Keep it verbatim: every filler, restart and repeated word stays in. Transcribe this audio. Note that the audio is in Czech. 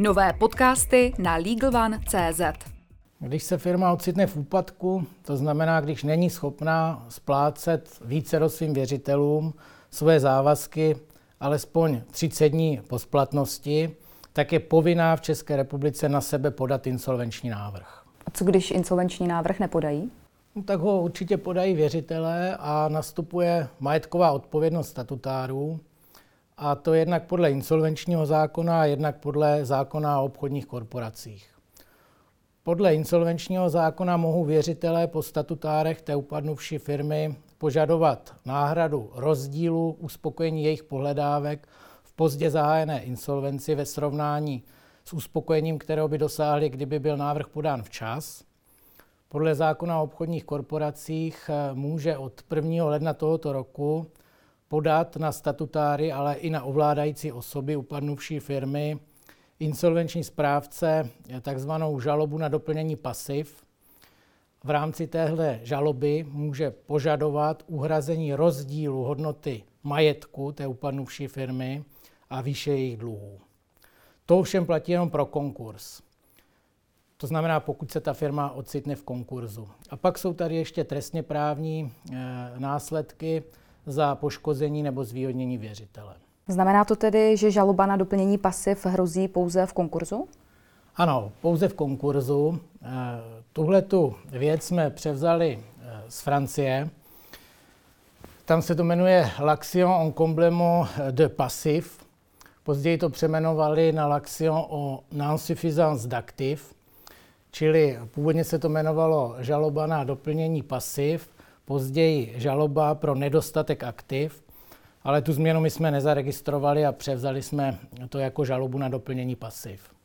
Nové podcasty na Legal One tečka cé zet. Když se firma ocitne v úpadku, to znamená, když není schopná splácet vícero svým věřitelům svoje závazky alespoň třicet dní po splatnosti, tak je povinná v České republice na sebe podat insolvenční návrh. A co když insolvenční návrh nepodají? No, tak ho určitě podají věřitelé a nastupuje majetková odpovědnost statutárů. A to jednak podle insolvenčního zákona a jednak podle zákona o obchodních korporacích. Podle insolvenčního zákona mohou věřitelé po statutárech té upadnuvší firmy požadovat náhradu rozdílu uspokojení jejich pohledávek v pozdě zahájené insolvenci ve srovnání s uspokojením, kterého by dosáhli, kdyby byl návrh podán včas. Podle zákona o obchodních korporacích může od prvního ledna tohoto roku podat na statutáry, ale i na ovládající osoby upadnuvší firmy insolvenční správce takzvanou žalobu na doplnění pasiv. V rámci téhle žaloby může požadovat uhrazení rozdílu hodnoty majetku té upadnuvší firmy a výše jejich dluhů. To ovšem platí jenom pro konkurs. To znamená, pokud se ta firma ocitne v konkurzu. A pak jsou tady ještě trestně právní e, následky za poškození nebo zvýhodnění věřitele. Znamená to tedy, že žaloba na doplnění pasiv hrozí pouze v konkurzu? Ano, pouze v konkurzu. Tuhletu věc jsme převzali z Francie. Tam se to jmenuje L'action en complément de passif. Později to přemenovali na L'action en insuffisance d'actif, čili původně se to jmenovalo žaloba na doplnění pasiv, později žaloba pro nedostatek aktiv, ale tu změnu my jsme nezaregistrovali a převzali jsme to jako žalobu na doplnění pasiv.